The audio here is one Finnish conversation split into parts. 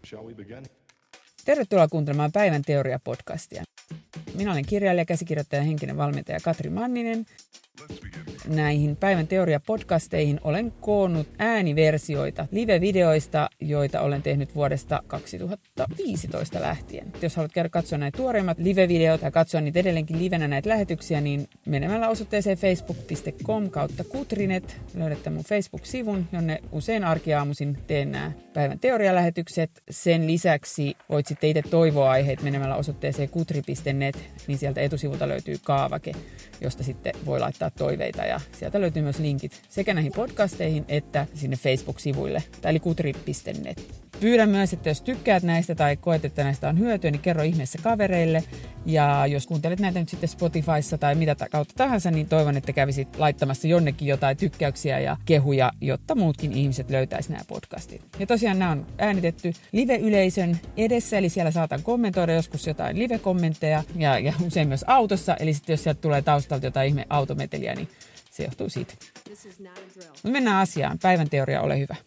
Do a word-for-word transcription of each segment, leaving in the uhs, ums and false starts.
Shall we begin? Tervetuloa kuuntelemaan Päivän teoria-podcastia. Minä olen kirjailija, käsikirjoittaja ja henkinen valmentaja Katri Manninen. Näihin Päivän teoria-podcasteihin olen koonnut ääniversioita live-videoista, joita olen tehnyt vuodesta kaksituhattaviisitoista lähtien. Jos haluat käydä katsoa näitä tuoreimmat live-videot ja katsoa niitä edelleenkin livenä näitä lähetyksiä, niin menemällä osoitteeseen facebook piste com kautta kutrinet löydätte mun Facebook-sivun, jonne usein arkiaamuisin teen nämä Päivän teoria-lähetykset. Sen lisäksi voit sitten itse toivoa aiheet menemällä osoitteeseen kutri piste net, niin sieltä etusivulta löytyy kaavake, josta sitten voi laittaa toiveita ja sieltä löytyy myös linkit sekä näihin podcasteihin että sinne Facebook-sivuille, eli kutri piste net. Pyydän myös, että jos tykkäät näistä tai koet, että näistä on hyötyä, niin kerro ihmeessä kavereille. Ja jos kuuntelet näitä nyt sitten Spotifyssa tai mitä kautta tahansa, niin toivon, että kävisit laittamassa jonnekin jotain tykkäyksiä ja kehuja, jotta muutkin ihmiset löytäisi nämä podcastit. Ja tosiaan nämä on äänitetty live-yleisön edessä, eli siellä saatan kommentoida joskus jotain live-kommentteja ja, ja usein myös autossa. Eli sitten jos sieltä tulee taustalta jotain ihme autometeliä, niin se johtuu siitä. Mutta mennään asiaan. Päivän teoria, ole hyvä.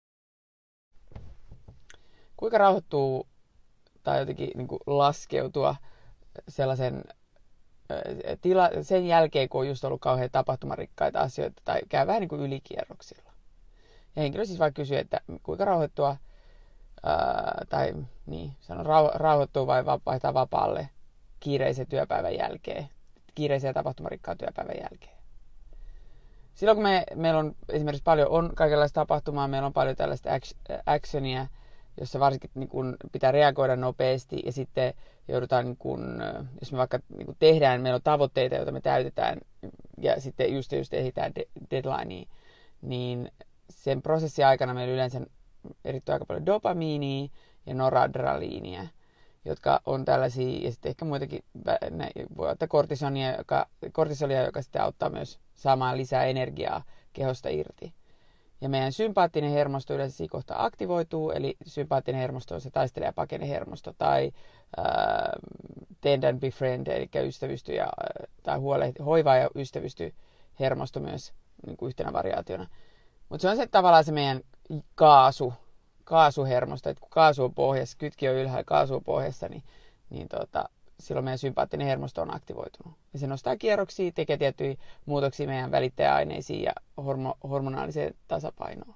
Kuinka rauhoittuu tai jotenkin niin kuin laskeutua sellaisen tila, sen jälkeen, kun on just ollut kauhean tapahtumarikkaita asioita tai käy vähän niin kuin ylikierroksilla. Ja henkilö siis vaan kysyy, että kuinka rauhoittua ää, tai niin, sanon rau, rauhoittua vai vaihtaa vapaalle kiireisen työpäivän jälkeen, kiireisen ja tapahtumarikkaan työpäivän jälkeen. Silloin kun me, meillä on esimerkiksi paljon on kaikenlaista tapahtumaa, meillä on paljon tällaista actionia, jossa varsinkin niin kun pitää reagoida nopeasti ja sitten joudutaan, niin kun, jos me vaikka niin kun tehdään, meillä on tavoitteita, joita me täytetään ja sitten just, just ehditään de- deadlinea, niin sen prosessin aikana meillä yleensä erittyy aika paljon dopamiinia ja noradrenaliinia, jotka on tällaisia, ja sitten ehkä muitakin, voi ottaa kortisonia, joka, kortisolia, joka sitten auttaa myös saamaan lisää energiaa kehosta irti. Ja meidän sympaattinen hermosto yleensä siinä kohtaa aktivoituu, eli sympaattinen hermosto on se taistele- ja pakene-hermosto, tai ää, tend and befriend, eli ystävysty ja, tai huolehti, hoivaa ja ystävysty hermosto myös niin kuin yhtenä variaationa. Mutta se on se tavallaan se meidän kaasu, kaasuhermosto, että kun kaasu on pohjassa, kytki on ylhäällä, kaasu on pohjassa, niin, niin tota, silloin meidän sympaattinen hermosto on aktivoitunut. Ja se nostaa kierroksia, tekee tiettyjä muutoksia meidän välittäjäaineisiin ja hormo- hormonaaliseen tasapainoon.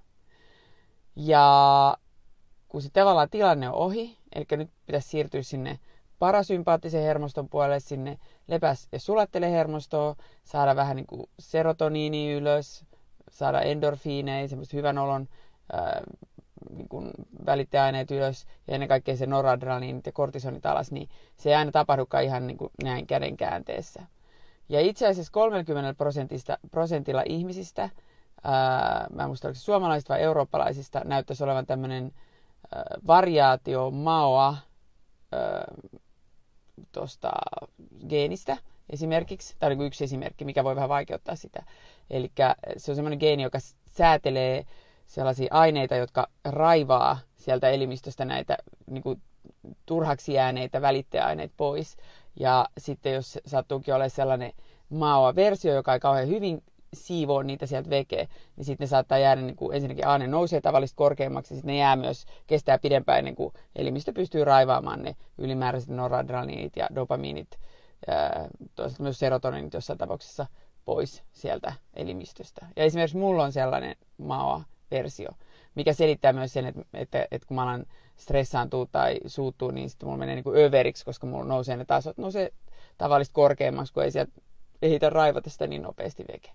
Ja kun se tavallaan tilanne on ohi, eli nyt pitäisi siirtyä sinne parasympaattisen hermoston puolelle, sinne lepäs- ja sulattele-hermostoon, saada vähän niin kuin serotoniinia ylös, saada endorfiineja, semmoista hyvän olon ää, niin kuin välittäjäaineet ylös ja ennen kaikkea se noradrenaliinit ja kortisonit alas, niin se ei aina tapahdukaan ihan niin kuin näin käden käänteessä. Ja itse asiassa kolmekymmentä prosentilla ihmisistä, ää, mä en muista oliko se suomalaisista vai eurooppalaisista, näyttäisi olevan tämmöinen ää, variaatio M A O A tuosta geenistä esimerkiksi, tai niin kuin yksi esimerkki, mikä voi vähän vaikeuttaa sitä. Eli se on semmoinen geeni, joka säätelee sellaisia aineita, jotka raivaa sieltä elimistöstä näitä niin kuin, turhaksi jääneitä välittäjäaineita pois. Ja sitten jos sattuukin olemaan sellainen M A O A-versio, joka ei kauhean hyvin siivoo niitä sieltä veke, niin sitten ne saattaa jäädä, niin kuin, ensinnäkin A, ne nousee tavallisesti korkeammaksi, ja sitten ne jää myös, kestää pidempään ennen kuin elimistö pystyy raivaamaan ne ylimääräiset noradrenaliinit ja dopamiinit, ää, toisaalta myös serotoninit jossain tapauksessa pois sieltä elimistöstä. Ja esimerkiksi mulla on sellainen M A O A-versio, mikä selittää myös sen, että, että, että kun mä alan stressaantua tai suuttua, niin sitten mulla menee niin kuin överiksi, koska mulla nousee ne tasot, nousee tavallisesti korkeammaksi, kun ei sieltä ehditä raivata sitä niin nopeasti veke.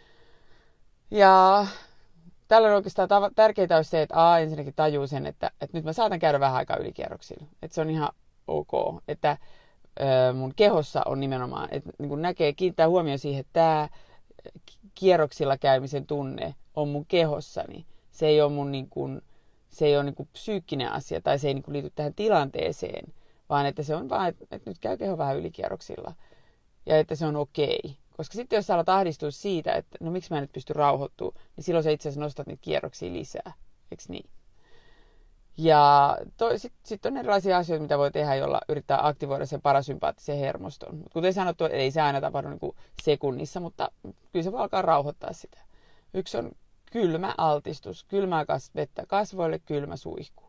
Ja tällöin oikeastaan tav- tärkeintä olisi se, että A, ensinnäkin tajuu sen, että, että nyt mä saatan käydä vähän aikaa ylikierroksilla. Että se on ihan ok, että ö, mun kehossa on nimenomaan, että niin kun näkee, kiinnittää huomioon siihen, että tämä kierroksilla käymisen tunne on mun kehossani. Se ei ole mun niin kuin, se ei ole niin kuin psyykkinen asia tai se ei niin kuin liity tähän tilanteeseen, vaan että se on vaan, että, että nyt käy keho vähän ylikierroksilla ja että se on okei. Koska sitten jos sä alat ahdistua siitä, että no miksi mä en nyt pysty rauhoittumaan, niin silloin sä itse asiassa nostat niitä kierroksia lisää, eikö niin? Ja sitten sit on erilaisia asioita, mitä voi tehdä, jolla yrittää aktivoida sen parasympaattisen hermoston. Mut kuten sanottu, ei se aina tapahdu niin kuin sekunnissa, mutta kyllä se voi alkaa rauhoittaa sitä. Yksi on kylmä altistus, kylmää kas- vettä kasvoille, kylmä suihku.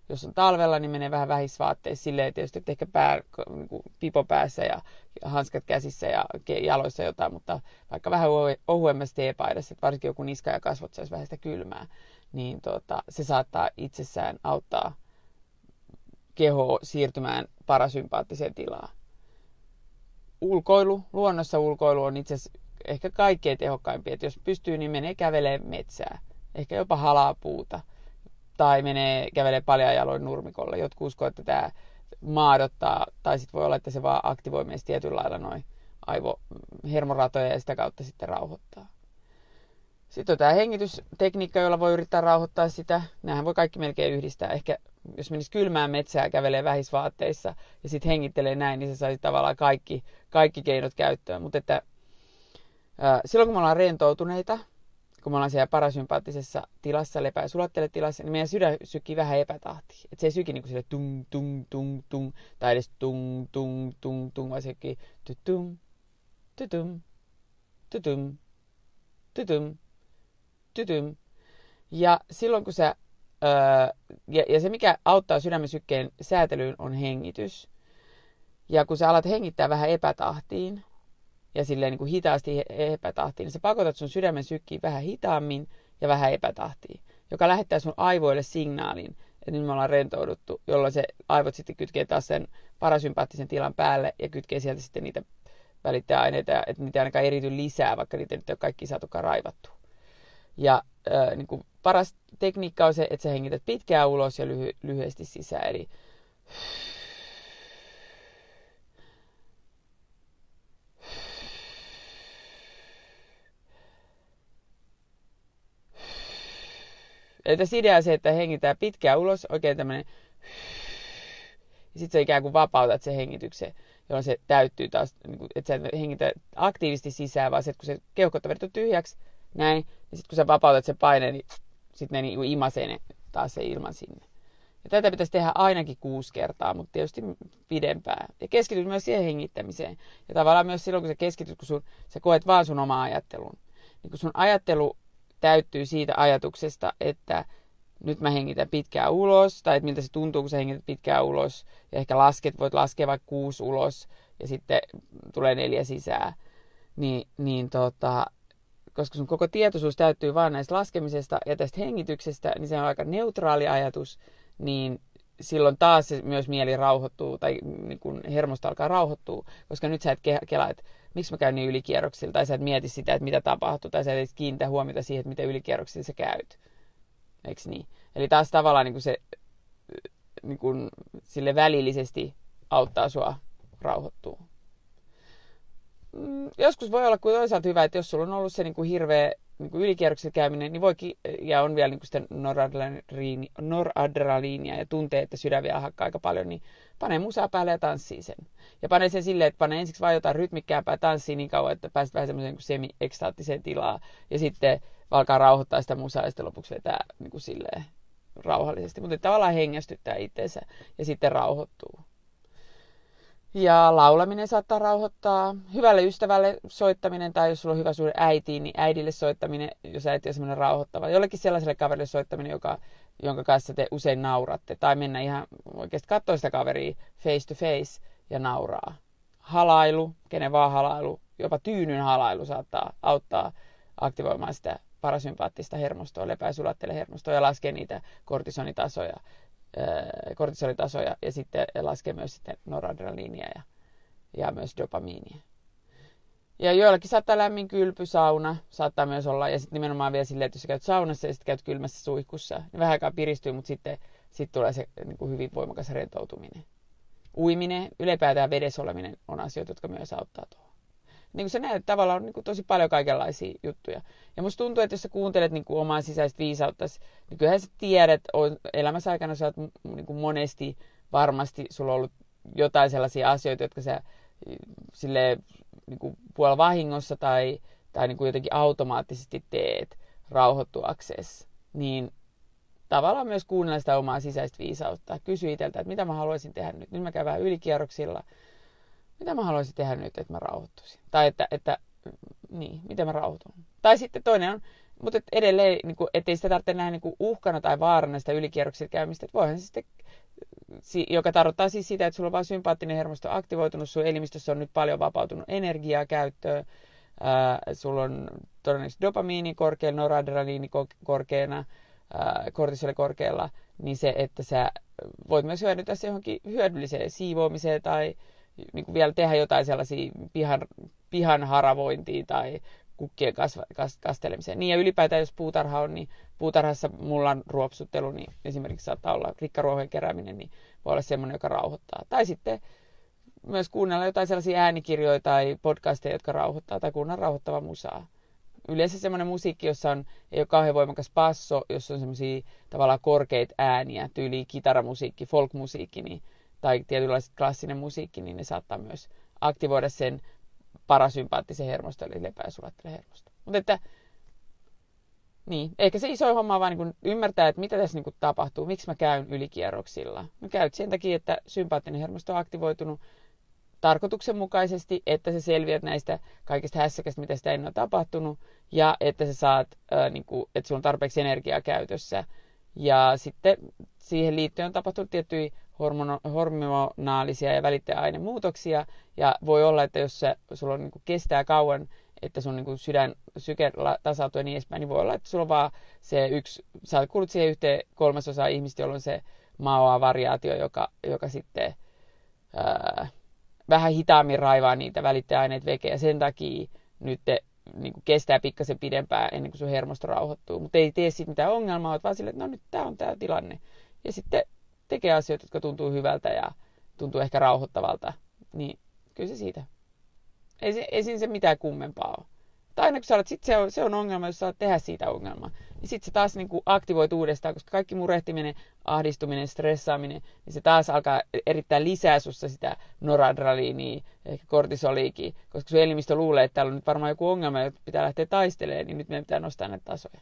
jos on talvella, niin menee vähän vähisvaatteissa silleen tietysti, että ehkä pää, niin kuin pipo päässä ja hanskat käsissä ja jaloissa jotain, mutta vaikka vähän ohuemmassa teepaidassa, että varsinkin joku niska ja kasvot saisi vähän sitä kylmää, niin tota, se saattaa itsessään auttaa kehoa siirtymään parasympaattiseen tilaan. Ulkoilu, luonnossa ulkoilu on itse asiassa ehkä kaikkein tehokkaimpi, että jos pystyy, niin menee kävelemään metsää, ehkä jopa halaa puuta, tai menee kävelee paljon jaloin nurmikolla. Jotkut uskoo, että tämä maadottaa, tai sitten voi olla, että se vaan aktivoi meistä tietyllä lailla noin aivohermoratoja ja sitä kautta sitten rauhoittaa. Sitten on tämä hengitystekniikka, jolla voi yrittää rauhoittaa sitä. Nämähän voi kaikki melkein yhdistää. Ehkä jos menisi kylmään metsää, kävelee vähisvaatteissa ja sitten hengittelee näin, niin se saisi tavallaan kaikki, kaikki keinot käyttöön. Mutta että ää, silloin kun me ollaan rentoutuneita, kun me ollaan siellä parasympaattisessa tilassa, lepää- ja sulattelutilassa, niin meidän sydän sykkii vähän epätahtiin. Että se ei syki niin kuin sille tung, tung, tung, tung, tai edes tung, tung, tung, tung, vaan se sykkii tutum, tutum, tutum, tutum, tutum. Ja silloin kun sä, öö, ja, ja se mikä auttaa sydämen sykkeen säätelyyn on hengitys. Ja kun sä alat hengittää vähän epätahtiin, ja silleen niin kuin hitaasti epätahtiin, niin sä pakotat sun sydämen sykkiin vähän hitaammin ja vähän epätahtiin, joka lähettää sun aivoille signaalin, että nyt me ollaan rentouduttu, jolloin se aivot sitten kytkee taas sen parasympaattisen tilan päälle ja kytkee sieltä sitten niitä välittäjäaineita, että niitä ei ainakaan erity lisää, vaikka niitä nyt ei ole kaikki saatukaan raivattua. Ja äh, niin kuin paras tekniikka on se, että sä hengität pitkään ulos ja lyhy- lyhyesti sisään, eli Eli tässä idea on se, että hengitään pitkään ulos, oikein tämmöinen, ja sitten sä ikään kuin vapautat sen hengityksen, jolloin se täyttyy taas, että sä et hengitä aktiivisesti sisään, vaan se, että kun se keuhkot on vedetty tyhjäksi, näin, ja sitten kun sä vapautat sen paineen, niin sitten ne niin imasee ne taas se ilman sinne. Ja tätä pitäisi tehdä ainakin kuusi kertaa, mutta tietysti pidempään. Ja keskityt myös siihen hengittämiseen. Ja tavallaan myös silloin, kun sä keskityt, kun sun, sä koet vaan sun oma ajattelun. Niin kun sun ajattelu täyttyy siitä ajatuksesta, että nyt mä hengitän pitkään ulos, tai että miltä se tuntuu, kun sä hengität pitkään ulos, ja ehkä lasket, voit laskea vaikka kuusi ulos, ja sitten tulee neljä sisään, niin, niin tota, koska sun koko tietoisuus täyttyy vaan näistä laskemisesta ja tästä hengityksestä, niin se on aika neutraali ajatus, niin silloin taas se myös mieli rauhoittuu, tai niin kun hermosto alkaa rauhoittua, koska nyt sä et kelaa, että miksi mä käyn niin ylikierroksilla, tai sä et mieti sitä, että mitä tapahtuu, tai sä et kiinnitä huomiota siihen, että miten ylikierroksilla sä käyt. Eikö niin? Eli taas tavallaan niin kuin se niin kuin sille välillisesti auttaa sua rauhoittua. Joskus voi olla kuin toisaalta hyvä, että jos sulla on ollut se niin kuin hirveä niin kuin ylikierroksilla käyminen, niin voikin, ja on vielä niin kuin sitä noradrenaliinia, noradrenaliinia ja tuntee, että sydän vielä hakkaa aika paljon, niin pane musaa päälle ja tanssii sen. Ja pane sen silleen, että pane ensiksi vaan jotain rytmikkäämpää tanssia niin kauan, että pääset vähän semmoiseen niin semi-ekstaattiseen tilaan, ja sitten alkaa rauhoittaa sitä musaa ja sitten lopuksi vetää niin kuin silleen rauhallisesti. Mutta tavallaan hengästyttää itseensä ja sitten rauhoittuu. Ja laulaminen saattaa rauhoittaa. Hyvälle ystävälle soittaminen, tai jos sulla on hyvä suhde äitiin, niin äidille soittaminen, jos äiti on semmoinen rauhoittava. Jollekin sellaiselle kaverille soittaminen, joka, jonka kanssa te usein nauratte. Tai mennä ihan oikeasti katsoa sitä kaveria face to face ja nauraa. Halailu, kenen vaan halailu, jopa tyynyn halailu saattaa auttaa aktivoimaan sitä parasympaattista hermostoa, lepää- ja sulattelehermostoa ja laskee niitä kortisonitasoja. kortisolitasoja ja sitten laskee myös sitten noradrenaliinia ja, ja myös dopamiinia. Ja joillakin saattaa lämmin kylpy, sauna, saattaa myös olla, ja sitten nimenomaan vielä silleen, että jos sä käyt saunassa ja sitten käyt kylmässä suihkussa, niin vähän aikaa piristyy, mutta sitten sit tulee se niin kuin hyvin voimakas rentoutuminen. Uiminen, ylipäätään vedessä oleminen on asioita, jotka myös auttaa tuohon. Niin kuin sä näet, tavallaan on niin kuin tosi paljon kaikenlaisia juttuja. Ja musta tuntuu, että jos sä kuuntelet niin kuin omaa sisäistä viisautta, niin kyllähän sä tiedät, elämässä aikana sä oot niin kuin monesti varmasti, sulla on ollut jotain sellaisia asioita, jotka sä silleen, niin kuin puolella vahingossa tai, tai niin kuin jotenkin automaattisesti teet rauhoittuaksesi. Niin tavallaan myös kuunnella sitä omaa sisäistä viisautta. Kysy itseltä, että mitä mä haluaisin tehdä nyt. Nyt mä käyn vähän ylikierroksilla. Mitä mä haluaisin tehdä nyt, että mä rauhoittuisin? Tai että, että niin, miten mä rauhoitun? Tai sitten toinen on, Mutta et edelleen, niin kuin, ettei sitä tarvitse nähdä niin kuin uhkana tai vaarana sitä ylikierroksilla käymistä. Että voihan se sitten, joka tarkoittaa siis sitä, että sulla on vaan sympaattinen hermosto aktivoitunut, sun elimistössä on nyt paljon vapautunut energiaa käyttöön, ää, sulla on todennäköisesti dopamiini korkealla, noradrenaliini korkeana, ää, kortisoli korkealla, niin se, että sä voit myös hyödyntää se johonkin hyödylliseen siivoamiseen tai niin kuin vielä tehdä jotain sellaisia pihan, pihan haravointia tai kukkien kasva, kas, kastelemiseen. Niin ja ylipäätään, jos puutarha on, niin puutarhassa mullan ruopsuttelu, niin esimerkiksi saattaa olla rikkaruohojen kerääminen, niin voi olla semmoinen, joka rauhoittaa. Tai sitten myös kuunnella jotain sellaisia äänikirjoja tai podcasteja, jotka rauhoittaa, tai kuunnella rauhoittavaa musaa. Yleensä semmoinen musiikki, jossa on, ei ole kauhean voimakas basso, jossa on semmoisia tavallaan korkeita ääniä, tyyli kitaramusiikki, folkmusiikki, niin, tai tietynlaiset klassinen musiikki, niin ne saattaa myös aktivoida sen parasympaattisen hermoston, eli lepää- ja sulattele hermosto. Mutta että, niin, ehkä se iso homma on vaan niin ymmärtää, että mitä tässä niin tapahtuu, miksi mä käyn ylikierroksilla. Mä käyt sen takia, että sympaattinen hermosto on aktivoitunut tarkoituksenmukaisesti, että sä selviät näistä kaikista hässäkästä, mitä sitä ennen on tapahtunut, ja että sä saat, ää, niin kuin, että sulla on tarpeeksi energiaa käytössä. Ja sitten siihen liittyen on tapahtunut tiettyjä hormono- hormonaalisia ja välittäjäainemuutoksia, ja voi olla, että jos se, sulla on, niin kuin, kestää kauan, että sun niin kuin, sydän, syke tasautuu ja niin edespäin, niin voi olla, että sulla on vaan se yksi, sä kuulut siihen yhteen kolmasosaa ihmistä, jolloin se M A O A-variaatio, joka, joka sitten ää, vähän hitaammin raivaa niitä välittäjäaineita veke, ja sen takia nyt te, niin kuin kestää pikkasen pidempään ennen kuin sun hermosto rauhoittuu. Mutta ei tee siitä mitään ongelmaa, oot vaan silleen, että no nyt tää on tää tilanne. Ja sitten tekee asioita, jotka tuntuu hyvältä ja tuntuu ehkä rauhoittavalta. Niin kyllä se siitä. Ei, se, ei siinä se mitään kummempaa ole. Tai aina kun sä olet, sit se on, se on ongelma, jos saat tehdä siitä ongelmaa. Niin sit se taas niin kuin aktivoit uudestaan, koska kaikki murehtiminen, ahdistuminen, stressaaminen, niin se taas alkaa erittää lisää sussa sitä noradrenaliinia, ehkä kortisoliikin, koska sun elimistö luulee, että täällä on nyt varmaan joku ongelma, jota pitää lähteä taistelemaan, niin nyt meidän pitää nostaa näitä tasoja.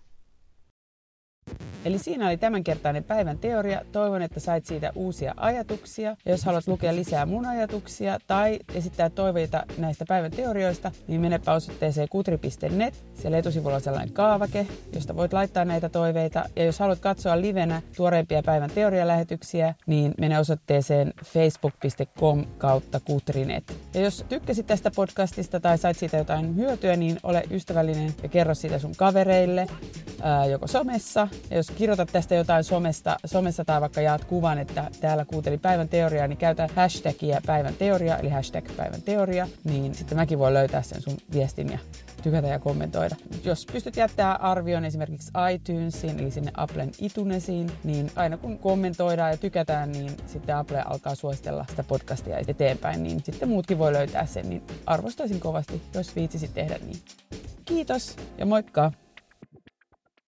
Eli siinä oli tämänkertainen päivän teoria. Toivon, että sait siitä uusia ajatuksia. Ja jos haluat lukea lisää mun ajatuksia tai esittää toiveita näistä päivän teorioista, niin menepä osoitteeseen kutri piste net. Siellä etusivulla on sellainen kaavake, josta voit laittaa näitä toiveita. Ja jos haluat katsoa livenä tuoreimpia päivän teorialähetyksiä, niin mene osoitteeseen facebook piste com kautta kutrinet. Ja jos tykkäsit tästä podcastista tai sait siitä jotain hyötyä, niin ole ystävällinen ja kerro siitä sun kavereille, ää, joko somessa. Ja jos kirjoitat tästä jotain somesta, somessa tai vaikka jaat kuvan, että täällä kuuntelin päivän teoriaa, niin käytä hashtagia päivän teoria, eli hashtag päivän teoria, niin sitten mäkin voin löytää sen sun viestin ja tykätä ja kommentoida. Jos pystyt jättämään arvion esimerkiksi iTunesiin, eli sinne Applen iTunesiin, niin aina kun kommentoidaan ja tykätään, niin sitten Apple alkaa suositella sitä podcastia eteenpäin, niin sitten muutkin voi löytää sen, niin arvostaisin kovasti, jos viitsisit tehdä niin. Kiitos ja moikka!